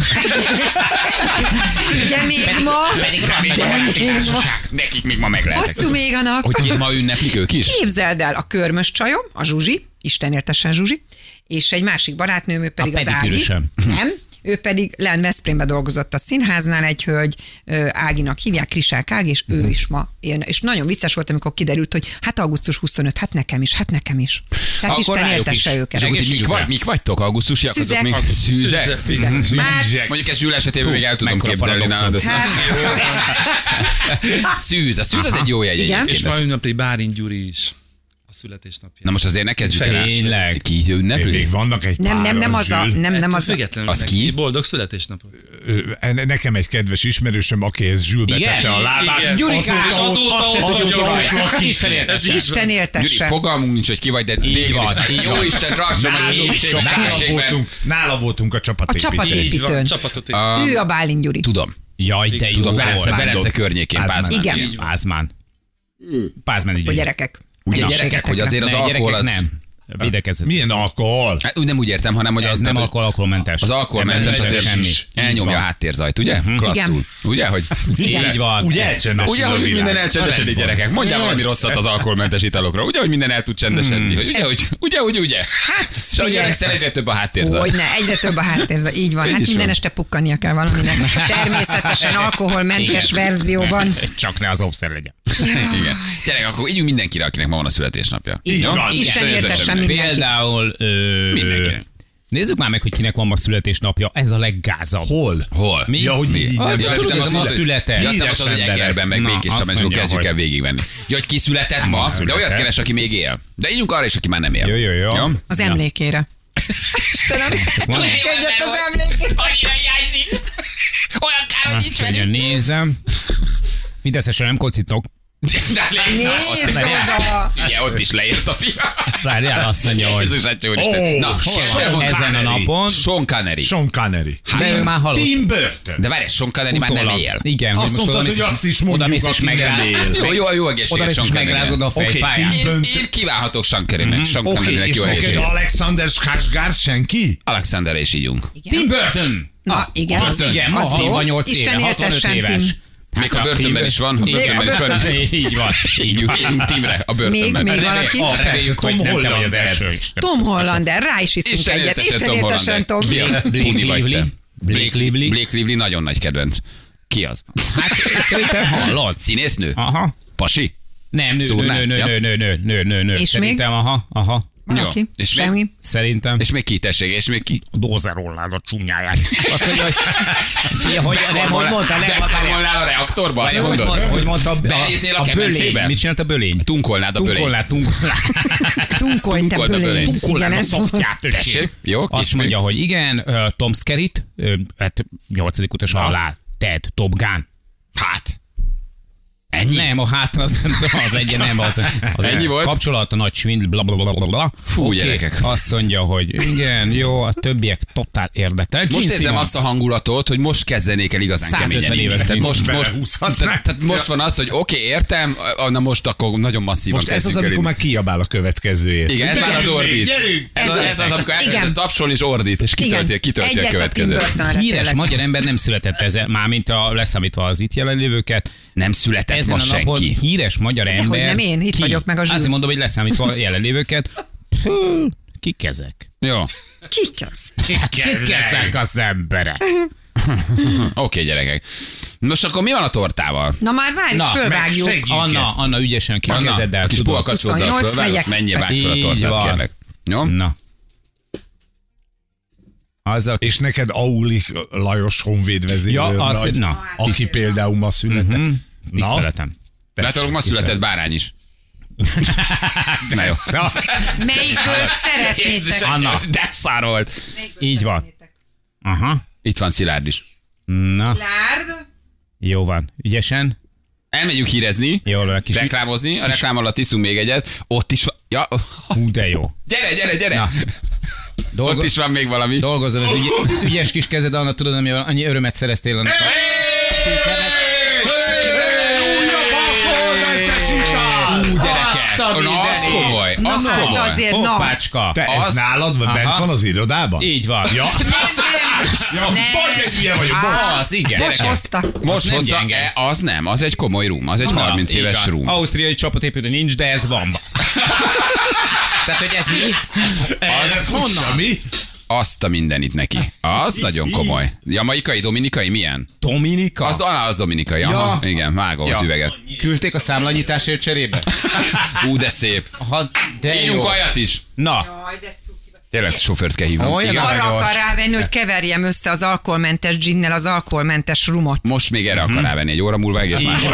De még ma, Pedig remény, de hogy még ma. társaság. Nekik még ma meg lehetek. Hosszú még a nap. Hogy ki- ma ünneplik ők is? Képzeld el, a körmös csajom, a Zsuzsi, Isten éltessen Zsuzsi, és egy másik barátnőm, ő pedig A az Ági. pedikűrösöm. Nem, ő pedig len Veszprémbe dolgozott a színháznál, egy hölgy, ö, Áginak hívják, Krisák Ági, és ő is ma ilyen. És nagyon vicces volt, amikor kiderült, hogy hát augusztus huszonötödike, hát nekem is, hát nekem is. Tehát Akkor Isten rájuk éltesse is. őket. Csak úgy, mik, Egészségükre. vagy, mik vagytok, augusztusiak? Azok Szüzek. még szűzek? Szüzek. Már Mondjuk ez Zsül esetében még el tudom mekkora képzelni paradoxon. nálad. Hát, Szűz, a szűz az egy jó jegy Igen. egyébként. És ma ünnepli Bálint Gyuri is a születésnapját. Na most azért ne kezdjük el. Tényleg. Ki ünnepli? Még vannak egy nem, nem, nem az a, Zsül. nem, nem az a, Függetlenül Az neki. ki? Boldog születésnapot. Ö, Nekem egy kedves ismerősöm, aki ez Zsülbe Igen? tette a lábát. Igen. Gyurikás, Azóta ott- azt se ott tudjuk, vagyok. hogy Isten Isten éltesse. éltesse. Isten Gyuri, éltesse. fogalmunk nincs, hogy ki vagy, de végül van, is. így Jó van. Isten, tartson meg Nála, így sok nála, felségben. voltunk, nála voltunk a A csapatépítőn. csapatépítőn. Így van, csapatot így. Ő a Bálint Gyuri. Tudom. Jaj, de jó Tudom, Velence, volt. Velence környékén. Pázmán. Pázmán. Igen. Igen. Pázmán. Pázmán ügy. A gyerekek. Ugye Na, gyerekek, hogy azért az Ne, alkohol gyerekek az... nem. Védekezett. Milyen alkohol? Hát úgy nem úgy értem, hanem hogy Ez az nem tehát, alkohol, alkoholmentes. az alkoholmentes Nem azért semmi. elnyomja a háttérzajt, ugye? Klasszul. Igen. Ugye, hogy... Így van. Úgy elcsendesül Ugye, a hogy világ. minden elcsendesedik, Nem gyerekek. Mondjál valami rosszat az alkoholmentes italokra. Ugye, hogy minden el tud csendesedni. Hogy ugye, hogy ugye, hogy ugye. Hát, és a figyelj. gyerek egyre több a háttérzaj. Hogy ne, egyre több a háttérzaj, így van. Így Hát is minden van. este pukkania kell valaminek. Természetesen alkoholmentes Igen. verzióban. Csak ne az offszer legyen. Igen. Tényleg, akkor ígyünk mindenkire, akinek ma van a születésnapja. Így van. van. Isten Igen. éltessen mindenki. Például... Ö, Mindenkinek. Nézzük már meg, hogy kinek van ma születésnapja. Ez a leggázabb. Hol? Hol? Mi? Ja, hogy Mi? így Ah, nem ja, Ja, tudod, nem ez az, ma az, hogy- született. Ja, aztán az, az, hogy Híres Egerben, meg Na, Békés azt Szabadságban mondja, kezdjük hogy- el végigvenni. Ja, hogy ki született ma, de született. olyat keres, aki még él. De ígyunk arra is, aki már nem él. Jó, jó, jó. Az emlékére. Istenem, Van- egyet az emlékére. Annyira hiányzik. Olyan kár, hogy nincs Azt mondja, nézem. Fideszesre nem kocítok. Nézd oda! Ugye, ott is leírt a fia. Várjál, azt mondja, hogy Jézus, atya úristen. Ó, Na, hol Sean van? ezen a napon... Sean Connery. Sean Connery. De ő már halott. Tim Burton. De várj, Sean Connery már nem Utólag. él. Igen, Azt hogy most mondtad, oda mész- hogy azt is oda mondjuk, mész és aki nem megrá- él. Jó, jó, jó Oda egészséges mész Sean és megrázod a Connery. Oké, fejfáját. Tim Én, Burton. én kívánhatok Sean Connerynek. Sean Oké, Connerynek és jó neked egészség. Alexander Skarsgård senki? Alexander és ígyunk. Tim Burton! Na, igen. Az igen, ma az jó. hatvannyolc éve, Isten hatvanöt éltessen, éves. Tim. Még a Hát, börtönben Tim is van. A Igen. börtönben is van. Így van. Ígyunk ígyunk Timre a börtönben. Még- még Remél- valaki? Ah, Reméljük, Persze, hogy Tom nem te vagy az Hollander. első. Tom Hollander, rá is iszunk Isten egyet. éltessen Isten Tom éltessen, Tom. Hollander. Ki az? Blake Puni vagy Lively. te. Blake Lively. Blake Lively nagyon nagy kedvenc. Ki az? Hát szerintem hallod. Színésznő? Aha. Pasi? Nem, nő, Szúrná? nő, nő, Ja. nő, nő, nő, nő, nő, nő. És Szerintem, aha, aha. Valaki? Jó. És még- Semmi? Szerintem. És még ki, tessék, és még ki? A dózerolnád a csúnyáját. Azt mondja, hogy... Fia, hogy nem, hogy mondta, nem, Bekamolnál a reaktorba, azt hogy mondod? mondta, hogy mondta, a, Benéznél a a kemencébe? bölény. Mit csinált a bölény? Tunkolnád a bölényt. Tunkolnád, tunkolnád. Tunkolj, te Tunkold a bölény. bölényt. Igen, Tunkolnád a ez volt. szoftját. Tessék, jó, kis Azt mondja, hogy igen, ö, Tom Skerritt, ö, hát nyolcadik utas halál. Ted, Top Gun. Hát. Ennyi? Nem, a hát az nem tudom, az egy nem, az, az Ennyi volt? Kapcsolat, a nagy svindl, bla bla bla bla bla. Fú, Oké, gyerekek. Azt mondja, hogy igen, jó, a többiek totál érdektelen. Most Gene érzem Simmons. azt a hangulatot, hogy most kezdenék el igazán százötven keményen inni. éves Tehát Gene most, most, belehúzhatnák. tehát, tehát most van az, hogy oké, okay, értem, na most akkor nagyon masszívan Most ez az, kezdjük el amikor inni. már kiabál a következőért. Igen, ez már az ordít. Gyerünk! Ez, az, ez az, amikor Igen. elkezdesz tapsolni és ordít, és kitölti, kitölti a Egyet a Tim következőt. Burtonra Híres tényleg. magyar ember nem született ezzel, mármint a leszámítva az itt jelenlévőket. Nem született Ezen ma a napon senki. híres magyar ember. hogy nem én, itt ki? vagyok meg a zsűri. Azért mondom, hogy leszámítva a jelenlévőket. Hú, kik ezek? Jó. Kik az? Kik ezek az emberek? Oké, okay, gyerekek. Most akkor mi van a tortával? Na már várj, is Na, fölvágjuk. meg- Anna, Anna ügyesen kis Anna, kezeddel. a kis tudod. polkacsoddal huszonnyolc fölvágod, megyek. menjél, vágj fel a Így tortát, van. kérlek. Jó? Na. Azzal És neked Aulich Lajos honvédvezér, Ja, az- nagy, na. aki például ma született. Mhm. Na, tiszteletem. Látalak, ma született bárány is. Na jó. Melyikből szeretnétek? Anna. De szár volt. Így van. Aha. Itt van Szilárd is. Na, Lárd? jó van. Ügyesen. Elmegyünk hírezni, Jól van, kis reklámozni, a reklám alatt iszunk még egyet. Ott is van. Ja. Hú, de jó. Gyere, gyere, gyere. Na. Ott Dolgo- is van még valami. Dolgozom, ez ügy- ügyes kis kezed, Anna, tudod, ami annyi örömet szereztél annak. Ú, Azt a Na, az komoly, Na, az hát komoly. azért, na. Hoppácska. Te ez Az- nálad, vagy bent Aha. van az irodában? Így van. Ja, ja Nem. vagy egy ilyen vagyok. bocs. Az, igen. Most gyerekek. hozta. Most nem hozza, gyenge. e, az nem, az egy komoly room, az egy Na, harminc így éves van. room. Ausztriai csapatépítő nincs, de ez van. Tehát, hogy ez mi? Ez honnan? Mi? Azt a mindenit neki. Az nagyon komoly. Jamaikai, dominikai, milyen? Dominika? Az, ah, az dominikai, aha. Igen, vágom az Ja. üveget. Küldték a számlanyításért cserébe? Ú, de szép. Ha, de Ígyunk jó. ajat is. Na, Jaj, de cuki. Tényleg sofőrt kell hívnom. Olyan Igen. arany- Arra Aranyos. akar rávenni, hogy keverjem össze az alkoholmentes ginnel az alkoholmentes rumot. Most még erre akar rávenni, egy óra múlva egész így más. van.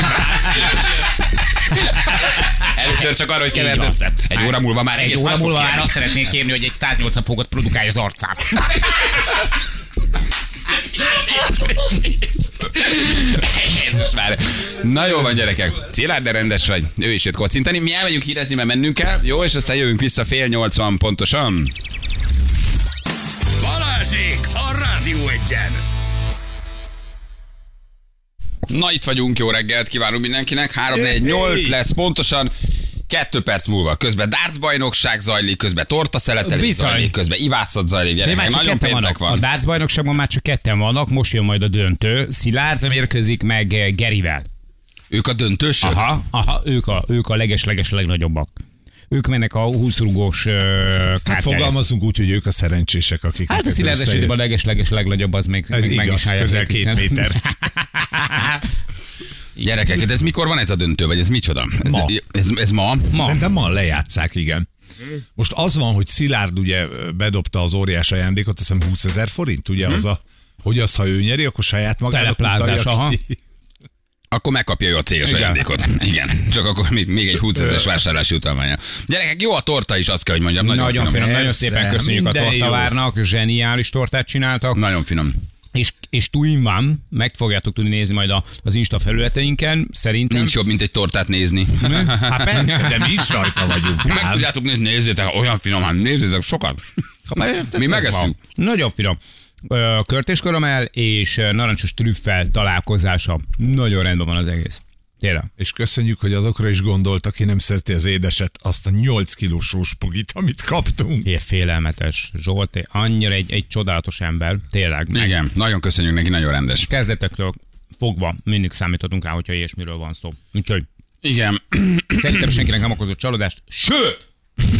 Először csak arra, hogy kevert van. össze. Egy óra múlva már Egy egész óra más fog múlva már kérni. azt szeretnék kérni, hogy egy száznyolcvan fokot produkálja az arcán. Jézus már. Na jó van, gyerekek. Szilárd, de rendes vagy. Ő is jött kocintani. Mi elmegyünk hírezni, mert mennünk kell. Jó, és aztán jövünk vissza fél nyolcvan pontosan. Balázsék a Rádió Egyen. Na itt vagyunk, jó reggelt kívánunk mindenkinek. három négy nyolc lesz pontosan. Kettő perc múlva. Közben darts bajnokság zajlik, közben tortaszeletelés Bizony. zajlik, közben ivászat zajlik. De Gyerekek, már csak nagyon ketten péntek vannak. A van. darts bajnokságban már csak ketten vannak, most jön majd a döntő. Szilárd mérkőzik meg eh, Gerivel. Ők a döntősök? Aha, aha, ők a, ők a leges-leges legnagyobbak. Ők mennek a húsz-rugós uh, Hát kártyáért. fogalmazunk úgy, hogy ők a szerencsések, akik... Hát a Szilárd esetében a leges-leges legnagyobb, az még, Ez még meg is igaz, állják. közel két hiszen- méter. Gyerekek, de ez mikor van ez a döntő, vagy ez micsoda? Ma. Ez, ez, ez ma? Ma. Szerintem ma lejátszák, igen. Most az van, hogy Szilárd ugye bedobta az óriás ajándékot, azt hiszem húszezer forint, ugye az a, hogy az, ha ő nyeri, akkor saját magának Teleplázás, utalja aha. ki. Akkor megkapja ő a célos Igen. ajándékot. Igen, csak akkor még, még egy húszezeres vásárlási utalmánya. Gyerekek, jó a torta is, azt kell, hogy mondjam. Nagyon, Nagyon finom. finom, nagyon Persze, szépen köszönjük a minden jó. tortavárnak, zseniális tortát csináltak. Nagyon finom. És, és Twin van, meg fogjátok tudni nézni majd a, az Insta felületeinken, szerintem. Nincs jobb, mint egy tortát nézni. Hát persze, de mi is rajta vagyunk. Meg ám. tudjátok nézni, nézzétek, olyan finom, hát nézzétek sokat. Mi megesszük. Nagyon finom. Ö, Körtés karamell és ö, narancsos trüffel találkozása. Nagyon rendben van az egész. Tényleg. És köszönjük, hogy azokra is gondolt, aki nem szereti az édeset, azt a nyolc kilós sóspogit, amit kaptunk. Ilyen félelmetes. Zsolté, annyira egy, egy csodálatos ember. Tényleg. Igen, nagyon köszönjük neki, nagyon rendes. Kezdetektől fogva mindig számíthatunk rá, hogyha ilyesmiről van szó. Úgyhogy Igen. szerintem senkinek nem okozott csalódást. Sőt!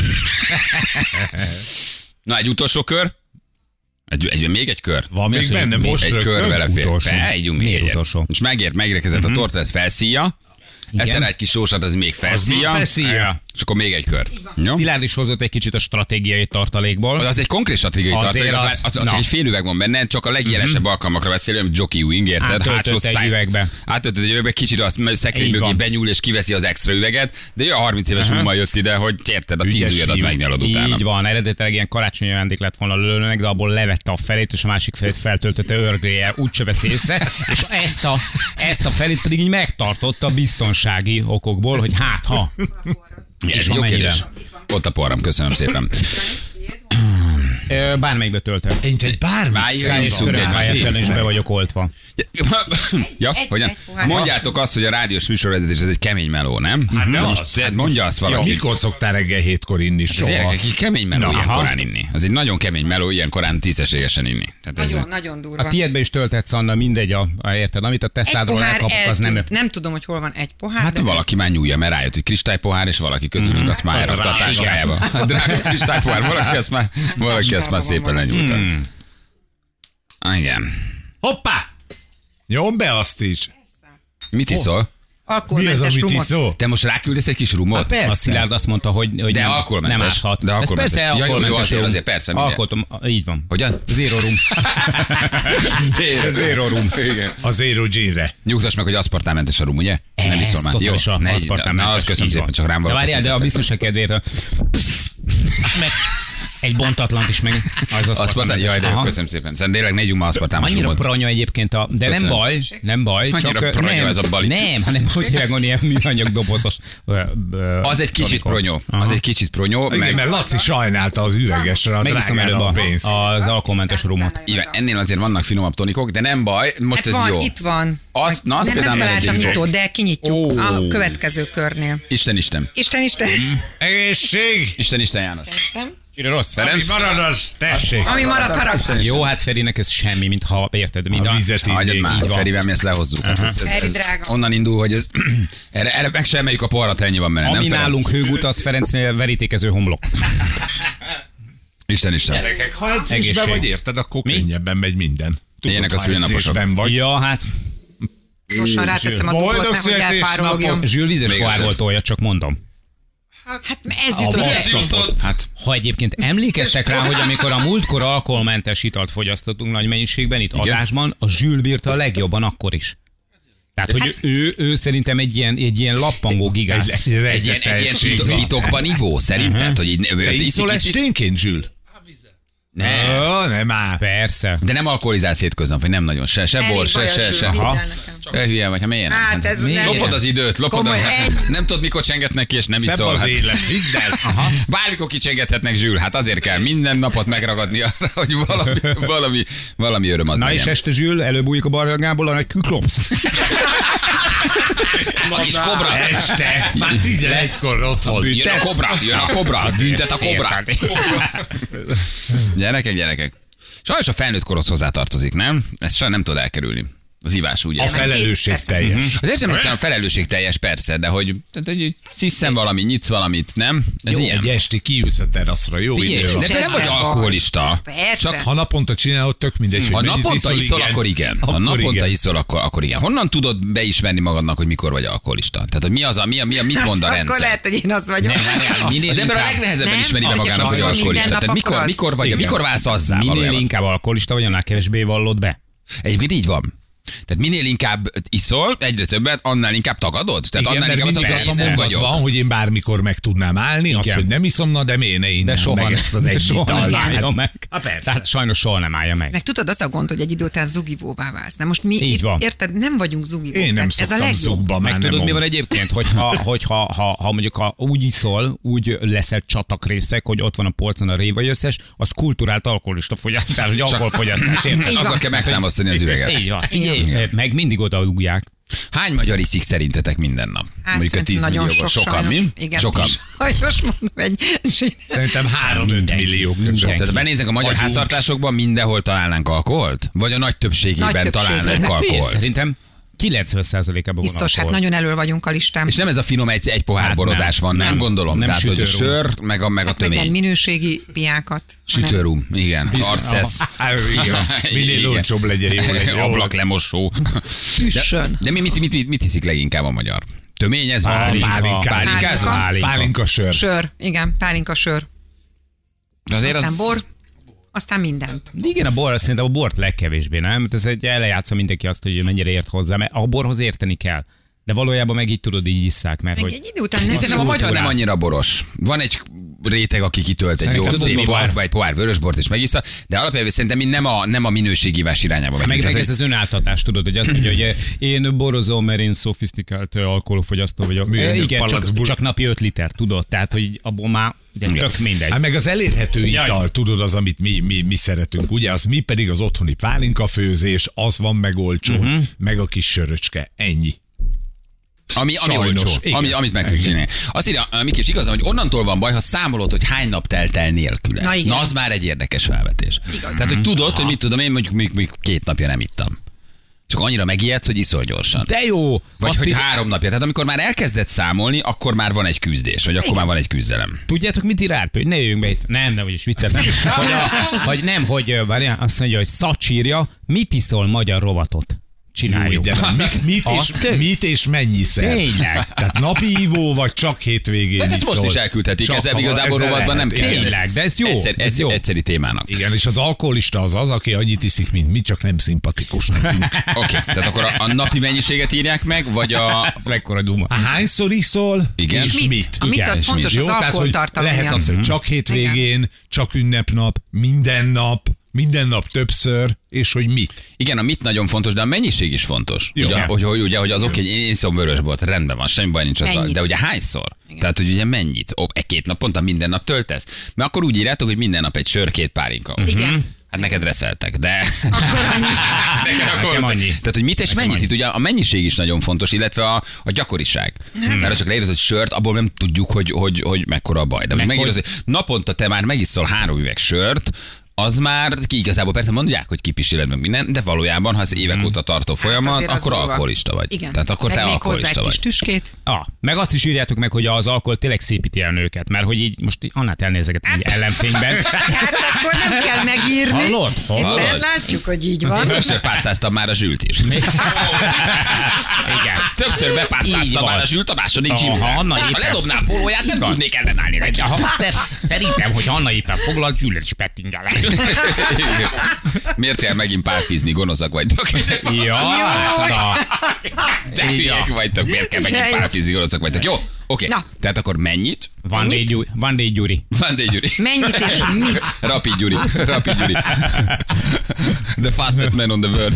Na, egy utolsó kör. Egy, egy, még egy kör. Van még Mesélj, benne még most Egy kör rögtön? vele fél. Utolsó. Fejjünk még Miért egyet. utolsó? Most megért, megérkezett a torta, ez felszíja. Eszel egy kis sósat, az még Az már felszíja. feszíja. És És akkor még egy kört. Jó? Szilárd is hozott egy kicsit a stratégiai tartalékból. Az egy konkrét stratégiai Azért tartalék, az, az- az, az na. csak egy fél üveg van benne, csak a legjelesebb alkalmakra beszélünk, mint Jockey Wing, érted? Átöltött egy száj- üvegbe. Átöltött egy üvegbe, kicsit azt szekrény Így mögé van. benyúl és kiveszi az extra üveget, de olyan harminc éves rummal jött ide, hogy érted, a tíz Ügyes ujjadat fiú. megnyalod utána. Így van, eredetileg ilyen karácsonyi ajándék lett volna lőnek, de abból levette a felét, és a másik felét feltöltötte Earl úgyse vesz észre, és ezt a, ezt a felét pedig így megtartotta biztonsági okokból, hogy hát ha. Ez És egy jó amennyire. kérdés. Ott a porram, köszönöm szépen. Ö, Bármelyikbe tölthetsz. Én egy bármit Máig szerintem. iszunk Körös egy pályásen is másik. be vagyok oltva. Ja, Egy- hogyan? egy pohár. Mondjátok azt, hogy a rádiós műsorvezetés ez egy kemény meló, nem? Hát de Most az, szed- hát mondja most- azt valaki. Mikor szoktál reggel hétkor inni? Ez Soha. gyerekek, így kemény meló Na, ilyen aha. korán inni. Az egy nagyon kemény meló, ilyen korán tisztességesen inni. Tehát ez, Nagyon, nagyon durva. A tiédbe is tölthetsz, Anna, mindegy, a, a, érted? Amit a egy tesztádról pohár elkapok, az nem... eltűnt. Nem tudom, hogy hol van egy pohár. hát de valaki már nyúlja, mert rájött, hogy kristálypohár, és valaki közülünk azt már elrakta a drága. táskájába. A drága kristálypohár, valaki ezt már, valaki ezt már szépen lenyúlta. Ah, igen. Hoppá! Nyom be azt is. Mit iszol? Mi az, alkoholmentes amit rumot. iszol? Te most ráküldesz egy kis rumot? persze. A Szilárd azt mondta, hogy, hogy De nem, alkoholmentes. nem áshat. De Ez alkoholmentes. persze Ja, jó, jó, alkoholmentes azért, rum. azért, persze, mindjárt. Alkoholtom, így van. Hogyan? Zero rum. Zero, Zero rum. Igen. A Zero Ginre. Nyugtass meg, hogy aszpartámmentes a rum, ugye? Nem iszol már. Jó, totálisan ne, aszpartámmentes, na, azt köszönöm így szépen, van. csak rám De valaki várjál, de a tekintettek. biztonság kedvéért meg egy bontatlant is meg. Az Aszpartám, jaj, de jó, Aha. köszönöm szépen. Szerintem tényleg ne igyunk ma aszpartámos Annyira rumot. pranya egyébként, a, de Köszönöm. nem baj, nem baj. Annyira csak, pranya nem, ez a bali. Nem, hanem hogy hívják van ilyen műanyag dobozos. ö, ö, Az egy kicsit amikor- pronyó. Aha. Az egy kicsit pronyó. Igen, Meg, mert Laci sajnálta az üvegesre a Megiszom előbb drágán a a, pénzt. az alkoholmentes rumot. igen, ennél azért vannak finomabb tonikok, de nem baj, most Hát ez van, jó. itt van. Azt- na, azt nem, nem például találtam melegítő. nyitót, de kinyitjuk Ó. a következő körnél. Isten, Isten. Isten, Isten. Egészség! Isten, Isten János. Isten. Ire rossz. Ami Ferenc? marad az, tessék! Ami marad, harag. Jó, hát Ferinek ez semmi, mint ha érted, mint A vizet Hagyjad innék. már, így van. Ferivel mi ezt lehozzuk. Hát ez, ez, Feri ez, drága. onnan indul, hogy ez, erre, erre meg sem emeljük a porrat, ennyi van benne. Ami nem, Ferenc? nálunk hőgut, az Ferencnél verítékező homlok. Isten, Isten. Gyerekek, ha edzésben Egészség. vagy, érted, akkor Mi? könnyebben megy minden. Ilyenek a ha szülinaposok. edzésben vagy. Ja, hát Gyorsan ráteszem a Boldog dugót, nehogy születésnapot. elpárologjon. Zsül vízes Még pohárból egyszer. tolja, csak mondom. Hát ez jutott. vasz- Hát, Ha egyébként emlékeztek rá, hogy amikor a múltkor alkoholmentes italt fogyasztottunk nagy mennyiségben itt Igen. adásban, a Zsül bírta a legjobban akkor is. Tehát, hogy ő, ő szerintem egy ilyen, egy ilyen lappangó gigász. Egy, egy, egy ilyen, egy ilyen titok, titokban ivó, szerinted? Hogy így, Te iszol iszik- esténként, Zsül? Ne. Ó, nem áll. Persze. De nem alkoholizálsz hétköznap, vagy nem nagyon. Se, se Elég bor, se, baj a se, Zsül, se. vidd Ha. el nekem. Te hülye vagy, ha miért nem? Hát ez nem. Lopod az időt, lopod a... Komoly, ennyi. Nem tudod, mikor csengetnek ki, és nem Szebb iszol. az Hát, élet. Hidd el. Aha. bármikor kicsengethetnek, Zsül, hát azért kell minden napot megragadni arra, hogy valami, valami, valami öröm az Na és legyen. este Zsül előbújik a barlangából, a nagy küklopsz. A kis kobra. Este. Már tizenegykor otthon. Jön a kobra, jön a kobra, büntet a kobra. Gyerekek, gyerekek. Sajnos a felnőtt korhoz hozzátartozik, nem? Ezt sajnos nem tudod elkerülni. Az ivás, ugye? A felelősség Persze. teljes. Ez sem egyszerűen felelősségteljes, persze, de hogy, tehát, hogy sziszem valami, nyitsz valamit, nem? Ez Jó, ilyen. egy esti kiülsz a teraszra, jó Figyelj, idő van. de te nem vagy Ezzel alkoholista. Persze. Csak ha naponta csinálod, tök mindegy, hogy Ha mennyit naponta iszol, akkor igen. Ha Akkor naponta igen. iszol, akkor, akkor igen. Honnan tudod beismerni magadnak, hogy mikor vagy alkoholista? Tehát, hogy mi az a, mi a, mi a mit mond a Akkor rendszer? lehet, hogy én az vagyok. Nem, várjál, minél Az ember a inkább- legnehezebben Nem, ismeri be ahogy magának, hogy sajnos alkoholista. minden Tehát nap mikor, akarsz. mikor vagy, Igen. mikor válsz azzá Minél valójában? inkább alkoholista vagy, annál kevésbé vallod be. Egyébként így van. Tehát minél inkább iszol, egyre többet, annál inkább tagadod? Tehát Igen, annál mert inkább azt mindig mondod, az a hogy én nem mondat vagyok. van, hogy én bármikor meg tudnám állni, azt, Igen. hogy nem iszom, na de miért ne innen De soha, meg nem, ezt az de egy soha nem italt. állja meg. Hát persze. Tehát sajnos soha nem állja meg. Meg tudod, az a gond, hogy egy idő után zugivóvá válsz. Na most mi, Így itt, van. érted, nem vagyunk zugivók. Én nem Tehát ez a szoktam legjobb. zugba, már Meg nem tudod, mi van mond. egyébként, hogyha, hogyha ha, ha mondjuk ha úgy iszol, úgy leszel csatakrészek, hogy ott van a polcon a révaj összes, az kulturált alkoholista fogyasztás, hogy alkoholfogyasztás. érted? Így van. Azzal kell megtámasztani az üveget. Így van, figyelj, meg mindig odaugják. Hány magyar iszik szerintetek minden nap? Hát Mondjuk a tíz nagyon millióból. sok, Sokan, mi? sajnos. Igen. Sokan. Sajnos mondom, egy Szerintem három-öt millió között. Tehát ha benézek a magyar Agyunk. háztartásokban, mindenhol találnánk alkoholt? Vagy a nagy többségében Nagy többségben. találnánk Fél, alkoholt? Szerintem kilencven százalékában van biztos, hát alkohol. nagyon elől vagyunk a listán. És nem ez a finom egy, egy pohár Hát borozás nem, van, nem, nem. gondolom. Nem Tehát, hogy a sütőrum. sör, meg a, meg a Hát meg ilyen tömény. minőségi piákat. hanem- Sütőrum, igen. Arcesz. Hát, igen. Minél Igen. olcsóbb legyen, jó legyen. jó. Ablaklemosó. Üssön. De mi mit, mit, mit, mit hiszik leginkább a magyar? Tömény ez? Pálinka. Pálinkázó? Pálinka. Pálinka. Pálinka sör. Sör, igen, pálinka sör. De azért Aztán az... bor, aztán mindent. Igen, a bor, szerintem a bort legkevésbé, nem? Ez egy elejátsza mindenki azt, hogy mennyire ért hozzá, mert a borhoz érteni kell. De valójában meg így tudod, így isszák, mert Meg hogy... egy idő után nem Szerintem a magyar nem annyira boros. Van egy réteg, aki kitölt egy jó Szerintem szép tudod, mi pohárba, egy pohár vörösbort és megissza, de alapjában szerintem mi nem a, nem a minőségívás irányába Meg, megyünk. meg Tehát, ez az önáltatás, tudod, hogy azt mondja, hogy én borozom, mert én szofisztikált alkoholfogyasztó vagyok. Milyen E, igen, csak, palacbur- csak napi öt liter, tudod? Tehát, hogy abból már ugye, tök mindegy. Hát meg az elérhető Jaj. ital, tudod, az, amit mi, mi, mi szeretünk, ugye? Az mi pedig az otthoni pálinkafőzés, az van meg olcsó, Mhm. uh-huh. meg a kis söröcske. Ennyi. Ami, ami Sajnos, olcsó, igen. ami, amit meg tudsz csinálni. Azt írja, Mikés, igazán, hogy onnantól van baj, ha számolod, hogy hány nap telt el nélküle. Na igen. Na, az már egy érdekes felvetés. Igaz. Tehát, hogy tudod, hogy mit tudom én, mondjuk, mondjuk, mondjuk két napja nem ittam. Csak annyira megijedsz, hogy iszol gyorsan. De jó! Vagy Azt hogy így- három napja. Tehát amikor már elkezdett számolni, akkor már van egy küzdés, vagy akkor már van egy küzdelem. Tudjátok, mit ír Árpi? Hogy ne jöjjünk be itt. Nem, nem, vagyis viccet. Nem. Hogy, a, hogy nem, hogy ö, várjál, azt mondja, hogy szacsírja, mit iszol magyar rovatot? Jó, Csináljuk. de mit, mit, Azt- és, mit és mennyiszer? Tényleg. Tehát napi ívó, vagy csak hétvégén Hát ezt iszol? most is elküldhetik, Csak ezzel ha- igazából ezzel rovatban nem lehet, kell. igen. Tényleg, de ez jó. Egyszer, ez ez jó. egyszeri témának. Igen, és az alkoholista az az, aki annyit iszik, mint mi, csak nem szimpatikus nekünk. Oké, okay, tehát akkor a, a napi mennyiséget írják meg, vagy a... Ez mekkora duma. Hányszor iszol, Igen. és Mit? mit? A mit Igen, az és fontos, Jó, az tehát, hogy alkoholtartalom. lehet az, hogy csak hétvégén, csak ünnepnap, minden nap, minden nap többször, és hogy mit. Igen, a mit nagyon fontos, de a mennyiség is fontos. Jó. Ugye, hogy, hogy, ugye, hogy az oké, hogy én iszom vörösbort, rendben van, semmi baj nincs azzal. Mennyit? De ugye hányszor? Igen. Tehát, hogy ugye mennyit? Ó, egy két naponta minden nap töltesz? Mert akkor úgy írjátok, hogy minden nap egy sör, két pálinka. Igen. Hát neked reszeltek, de... Neked Nekem akkor annyi. Tehát, hogy mit és mennyit? annyi. Itt ugye a mennyiség is nagyon fontos, illetve a, a gyakoriság. Mert ha csak leírod, hogy sört, abból nem tudjuk, hogy, hogy, hogy mekkora a baj. De Meg meg megírod, hogy- hogy naponta te már megiszol három üveg sört, az már ki igazából persze mondják, hogy kipisiled meg minden, de valójában, ha ez évek óta tartó folyamat, azért az akkor durva. alkoholista vagy. Igen. Tehát akkor meg te még hozzá alkoholista egy kis vagy. tüskét. Ah, meg azt is írjátok meg, hogy az alkohol tényleg szépíti el nőket, mert hogy így most Annát elnézeket így ellenfényben. Hát akkor nem kell megírni. Hallod? Hiszen Hallod? látjuk, hogy így van. Többször pásztáztam már a zsült is. Igen. Többször Így bepásztáztam van. már a zsült a második Aha, Jimmy-vel. Anna Ha éppen- ledobnál pólóját, nem van. tudnék ellenállni neki. Ha, szer- szerintem, hogy Anna éppen foglalt, Zsület is pettingel. Miért kell megint párfizni, gonoszak vagytok? Ja, na. De Így hülyek van. vagytok, miért kell megint Ja, jó. párfizni, gonoszak vagytok? Jó, oké. Na. Tehát akkor mennyit? Van day Gyuri. Van day Gyuri. Van day Gyuri. Mennyit és mit? Rapid Gyuri. Rapid Gyuri. The fastest man on the world.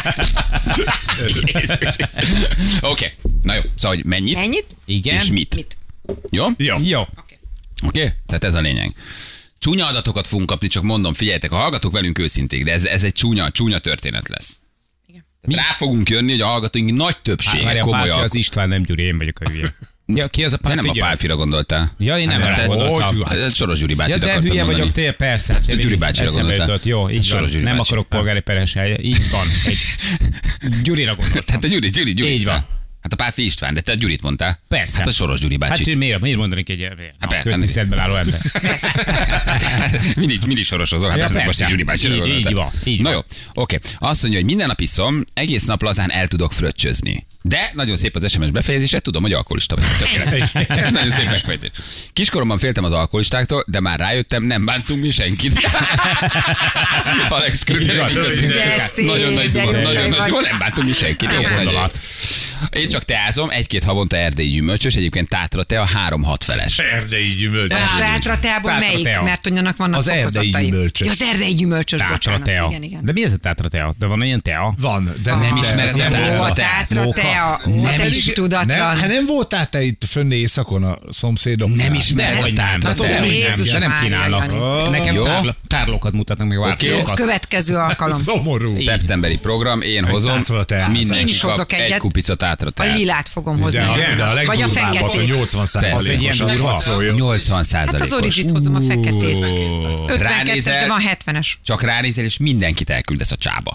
Jézus. Oké, na jó. Szóval, hogy mennyit? Mennyit? Igen. És mit? Mit? Jó? Jó. Jó. Oké? Okay? Tehát ez a lényeg. Csúnya adatokat fogunk kapni, csak mondom, figyeljetek, a hallgatók velünk őszinték, de ez, ez egy csúnya, csúnya történet lesz. Mi? Rá fogunk jönni, hogy a hallgatóink nagy többsége Várj, a komoly Pálfi az alkot. István, nem Gyuri, én vagyok a hülye. Ja, ki az a Te Pálfi? nem a Pálfira gondoltál. Ja, én nem Hát, rá te- gondoltam. Hogy? Ez Soros Gyuri Ja, bácsit de akartam hülye mondani. vagyok, tél, persze. Hát, Gyuri bácsira eszembe gondoltál. jutott. Jó, így Soros van. Gyuri Nem bácsi. akarok polgári peres helye. Így van. Egy Gyurira gondoltam. Hát te Gyuri, Gyuri, Gyuri Így István. van. Hát a Pálfi István, de te Gyurit mondtál. Persze. Hát a Soros Gyuri Hát bácsi. miért, miért mondanék egy ilyen Hát na, persze. köztiszteletben álló ember? mindig, mindig sorosozol, hát Ja, persze, most persze. is Gyuri bácsira Így- gondoltál. így van, így Na van. jó, oké. Azt mondja, hogy minden nap iszom, egész nap lazán el tudok fröccsözni. De nagyon szép az es em es befejezése, tudom, hogy alkoholista vagyok. Tökéletes. Ez nagyon szép megfejtés. Kiskoromban féltem az alkoholistáktól, de már rájöttem, nem bántunk mi senkit. Alex Krüger, De szép, nagyon nagy de duma, jó nagyon vagy. nagy duma, nem bántunk mi senkit. Jó Igen, nagyon. gondolat. Én csak teázom, egy-két havonta erdélyi gyümölcsös, egyébként tátra tea három-hat feles. Erdei gyümölcs. A sátra teából Tátra melyik? tea. Mert annak vannak Az erdei fokozatai. gyümölcsös. Ja, az erdei gyümölcsös, Tátra bocsánat. tea. Igen, igen. De mi ez a tátra tea? De van ilyen tea? Van, de Nem de- ismered ez a nem tátra volt. Ó, teát? tátra Móka? tea. Ó, Nem te is- is Nem, tudatlan. hát nem voltál te itt fönn éjszakon a szomszédok? Nem ismered a hogy nem. tátra Hát, teát? hogy nem. Jézus De nem Mária, kínálnak. Jani. Nekem Jó. tárl- tárlókat mutatnak meg, várfilókat. Következő alkalom. Szomorú. Szeptemberi program, én hozom. tátra teát. Mindenki Én is kap hozok egy egyet. kupica tátra A teát. lilát fogom hozni. De a, de a Vagy a legdurvábbat a feketét. nyolcvan százalékos. Persze. Hadd szóljon. nyolcvan Hát az százalékos. origit hozom, a feketét. ötvenkettes, Ránézel? de van hetvenes. Csak ránézel, és mindenkit elküldesz a csába.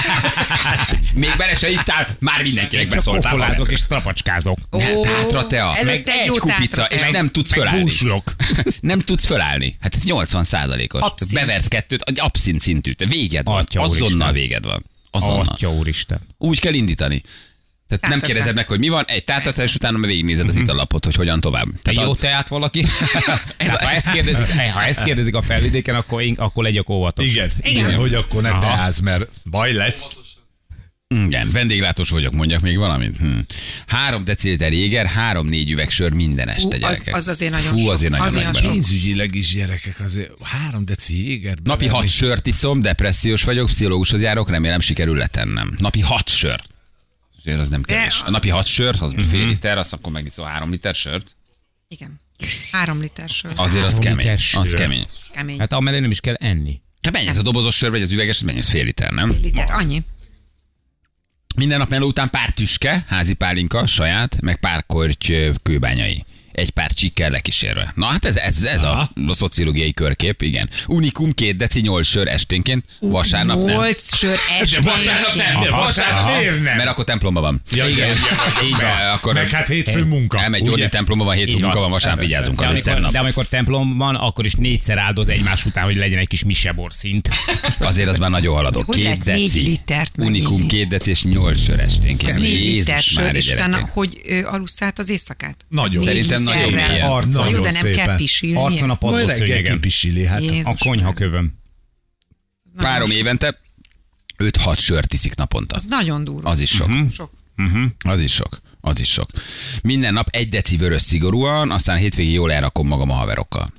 Még bele se ittál, már mindenkinek Csak beszóltál. kofolázok és trapacskázok. Ó, Tátra tea, meg előtte egy jó kupica, tátra és tea. nem tudsz meg fölállni. búslok. Nem tudsz fölállni. Hát ez nyolcvan százalékos. Abszint. Beversz kettőt, egy abszint szintűt. Véged van. Atya Azonnal úristen. véged van. Azonnal. Atya úristen. Úgy kell indítani. Tehát nem kérdezed meg, hogy mi van, egy tátatás, és utána végignézed az itallapot, hogy hogyan tovább. Egy Tehát jó a- teát valaki? Tehát, ha, ezt kérdezik, ha ezt kérdezik a felvidéken, akkor, én, akkor legyek óvatos. Igen, igen, igen, hogy akkor ne Aha. teáz, mert baj lesz. Igen, vendéglátós vagyok, mondjak még valamit. Hm. Három deciliter jéger, három-négy üveg sör minden este, Hú, az- gyerekek. az azért nagyon Fú, sok. azért nagyon Azért sok. sok. Pénzügyileg is gyerekek, azért három deci jéger. Napi hat sört iszom, depressziós vagyok, pszichológushoz járok, remélem sikerül letennem. Napi hat sört. Azért az nem kevés. A napi hat sört, az fél liter, azt akkor megiszol három liter sört. Igen. Három liter sör. Azért az Három kemény. liter sör. Az kemény. Kemény. Hát amellé nem is kell enni. Te mennyi ez a dobozos sör, vagy az üveges, mennyi ez fél liter, nem? Liter, annyi. Minden nap meló után pár tüske, házi pálinka, saját, meg pár korty ö, kőbányai. Egy pár csikkel lekísérve. Na hát ez, ez, ez a, a szociológiai körkép, igen. Unikum, két deci, nyolc sör esténként, vasárnap nem. Nyolc sör Vasárnap nem, esténként. de vasárnap Aha. miért nem? Mert akkor templomban van. Ja, igen, igen, Így van, igen. akkor Meg hát hétfő munka. elmegy ugye? Györgyi templomban van, hétfő Így munka van. van, vasárnap vigyázunk, De az egy szebb amikor, nap. de amikor templom van, akkor is négyszer áldoz egymás után, hogy legyen egy kis misebor szint. Azért az már nagyon haladok. Hogy Két lehet négy deci. litert meginni? Unikum, két deci és nyolc sör esténként. Ez négy liter Jézus sör, már, és utána gyerekek. hogy ö, alusz át az éjszakát? Nagyon. Négy Szerintem nagyon literrel. mélyen. Arcon. Jó, de Nagyon nem kell szépen. pisilnie. Arcon a Majd padló reggel szőnyegen. kipisili, hát. Jézus. A konyhakövön. Három évente öt-hat sört iszik naponta. Az nagyon durva. Az is sok. Sok. Az is sok. Az is sok. Minden nap egy deci vörös szigorúan, aztán hétvégén jól elrakom magam a haverokkal.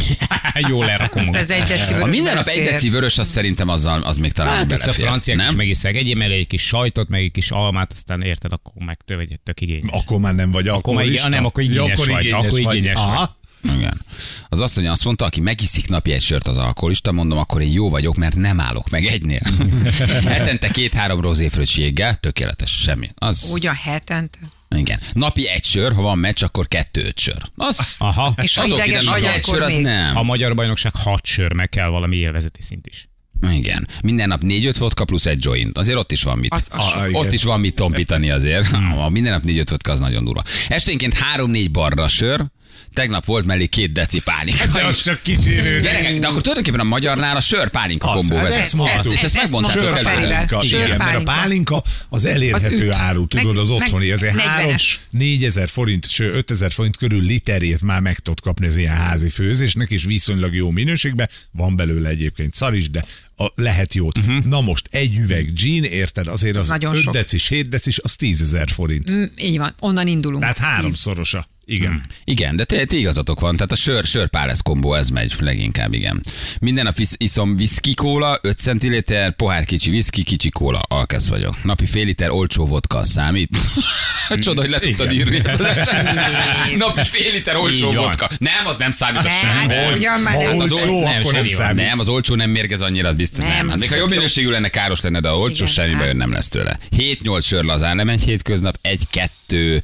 Jól lerakom magam. Ez egy deci A vörös minden nap egy belefér. deci vörös, azt szerintem azzal, az még talán Hát ezt a belefér. franciák is nem? megiszák. Egyéb mellé egy kis sajtot, meg egy kis almát, aztán érted, akkor meg tök, tök igényes. Akkor már nem vagy Akkor már igen- alkoholista. nem, akkor igényes Ja, vagy, akkor vagy. igényes vagy. Aha. Igen. Az asszony azt mondta, aki megiszik napi egy sört az alkoholista, mondom, akkor én jó vagyok, mert nem állok meg egynél. Hetente két-három rozéfröccs jéggel, tökéletes, semmi. Az, Ugyan hetente. igen. Napi egy sör, ha van meccs, akkor kettő-öt sör. Az, Aha. És ha azok ide ideges napi vagy, egy akkor sör, az még. nem. A magyar bajnokság hat sör, meg kell valami élvezeti szint is. Igen. Minden nap négy-öt vodka plusz egy joint. Azért ott is van mit. Az- az A- sok. ott igen. is van mit tompítani azért. A minden nap négy-öt vodka az nagyon durva. Esténként három-négy barra sör, tegnap volt mellé két deci pálinka De is. az csak kísérő. Gyerekek, de akkor tulajdonképpen a magyarnál a sör pálinka Az, kombó hát vezet. ezt mondtuk. És ezt Ezt megmondtátok mondtuk a előre. Ferivel. Pálinka, Sör, igen, mert a pálinka. pálinka az elérhető Az üt. áru, tudod, Meg- az otthoni, meg ezért három negyvenes. négyezer forint, sőt ötezer forint körül literét már meg tudod kapni az ilyen házi főzésnek, és viszonylag jó minőségben, van belőle egyébként szar is, de a, lehet jót. Uh-huh. Na most egy üveg gin, érted, azért az nagyon öt sok. decis, hét decis, az tízezer forint. Mm, Így van, onnan indulunk. Tehát Tíz. háromszorosa. Igen. Igen, de te, te igazatok van, tehát a sör, sör pálesz kombó, ez megy leginkább, igen. Minden nap isz, iszom whisky kóla, öt centiliter, pohár kicsi whisky, kicsi kóla, alkesz vagyok. Napi fél liter olcsó vodka, számít? Csoda, hogy le tudtad Igen. írni ezt az esetet. Napi fél liter olcsó Így van. vodka. Nem, az nem számít a Nem, semmi. hát ugyan már Ha nem. az olcsó, nem, akkor nem semmi van. számít. Nem, az olcsó nem mérgez annyira, az biztos Nem, nem. Hát az még ha jobb tök jó. minőségű lenne, káros lenne, de a olcsó Igen, semmi hát. bajön nem lesz tőle. hét-nyolc sör lazán nem egy hétköznap, egy-kettő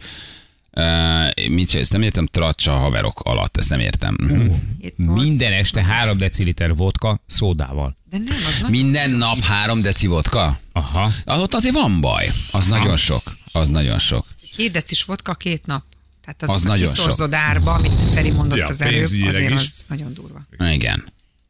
Uh, mit csinálsz? Nem értem, tracsa haverok alatt, ezt nem értem. Hét, nyolc. Minden este három deciliter vodka szódával. De nem, az nagyon... Minden nap három deci vodka? Aha. Az ott azért van baj. Az nagyon sok. Az nagyon sok. Hét decis vodka két nap. Tehát az, Az az nagyon kiszorzod árba, amit Feri mondott Ja, az előbb, pénzügyileg azért is. az nagyon durva. Igen.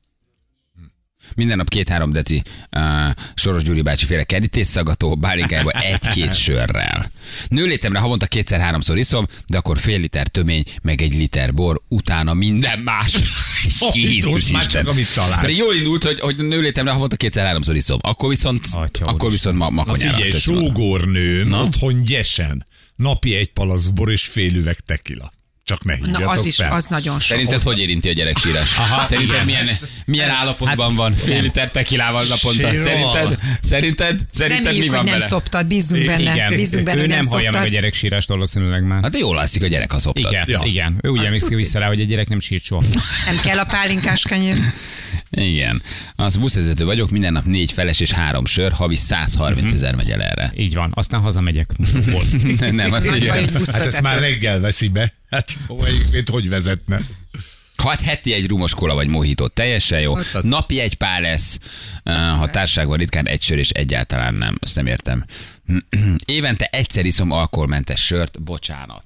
Minden nap két-három deci uh, Soros Gyuri bácsi féle kerítésszagató, bálinkájába egy-két sörrel. Nőlétemre havonta kétszer-háromszor iszom, de akkor fél liter tömény, meg egy liter bor, utána minden más. Ott már csak amit találsz. Pedig jól indult, hogy, hogy nőlétemre havonta kétszer-háromszor iszom. Akkor viszont, Atya akkor viszont ma, Na makonyára. figyelj, köszönöm. sógornőm Na? otthon gyesen. Napi egy palack bor és fél üveg tekila. Csak ne Na hívjatok az is, fel. az nagyon sok. Szerinted hogy érinti a gyereksírás? Szerinted milyen, milyen állapotban van? Fél liter tekilával naponta. Sírva. Szerinted? Szerinted? Szerinted mi Reméljük, van hogy nem vele? szoptad, bízzunk benne. Igen, Bízzunk benne, ő hogy nem nem hallja meg a szoptad. gyereksírást valószínűleg már. Hát de jól látszik a gyerek, ha szoptad. Igen, Ja. igen. Ő úgy Azt emlékszik tudni. vissza rá, hogy a gyerek nem sírt soha. Nem kell a pálinkás kenyér. Igen. Az buszvezető vagyok, minden nap négy feles és három sör, havi száz harminc ezer megy el erre. Így van. Aztán hazamegyek. Nem, az Nagy így baj, van. hogy Hát ezt buszvezető. már reggel veszi be. Hát egyébként hogy vezetne? Hát heti egy rumos kóla vagy mohító, teljesen jó. Hát az- Napi egy pár lesz, ha társágban ritkán egy sör és egyáltalán nem. Azt nem értem. Évente egyszer iszom alkoholmentes sört, bocsánat.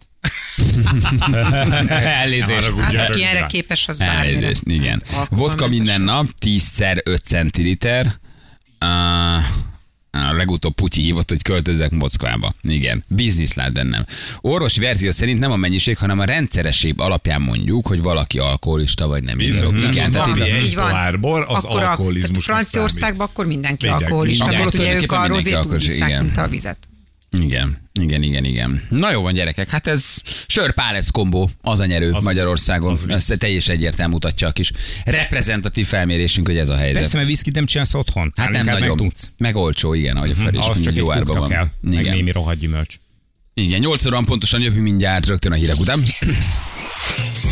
Elnézést. Hát aki erre képes, az bármire. Elnézést, igen. Alkoholmentes. Vodka minden nap, tízszer öt centiliter. Uh, A legutóbb Putyi hívott, hogy költözzek Moszkvába. Igen, biznisz lát bennem. Orvosi verzió szerint nem a mennyiség, hanem a rendszeresség alapján mondjuk, hogy valaki alkoholista vagy nem. Bizony, Igen, igen, tehát van, itt- egy így van. pohár bor, az Akkor a- alkoholizmusnak tehát Franciaországban akkor mindenki Mindenki. alkoholista, Akkor mert ugye ők tulajdonképpen a mindenki rozét úgy alkoholista, isszák, igen. mint a vizet. Igen, igen, igen, igen. Na jó van, gyerekek, hát ez sör-pálesz kombó, az a nyerő Az- Magyarországon. az vicc. Ezt teljesen egyértelmű mutatja a kis reprezentatív felmérésünk, hogy ez a helyzet. Persze, mert viszkit nem csinálsz otthon. Hát nem Inkább nagyon. Meg tudsz. Meg olcsó, igen, ahogy a Feri is Az mondja, csak egy jó árban kukta van. kell, meg Igen. némi rohadt gyümölcs. Igen, nyolc óra pontosan jövünk mindjárt rögtön a hírek után.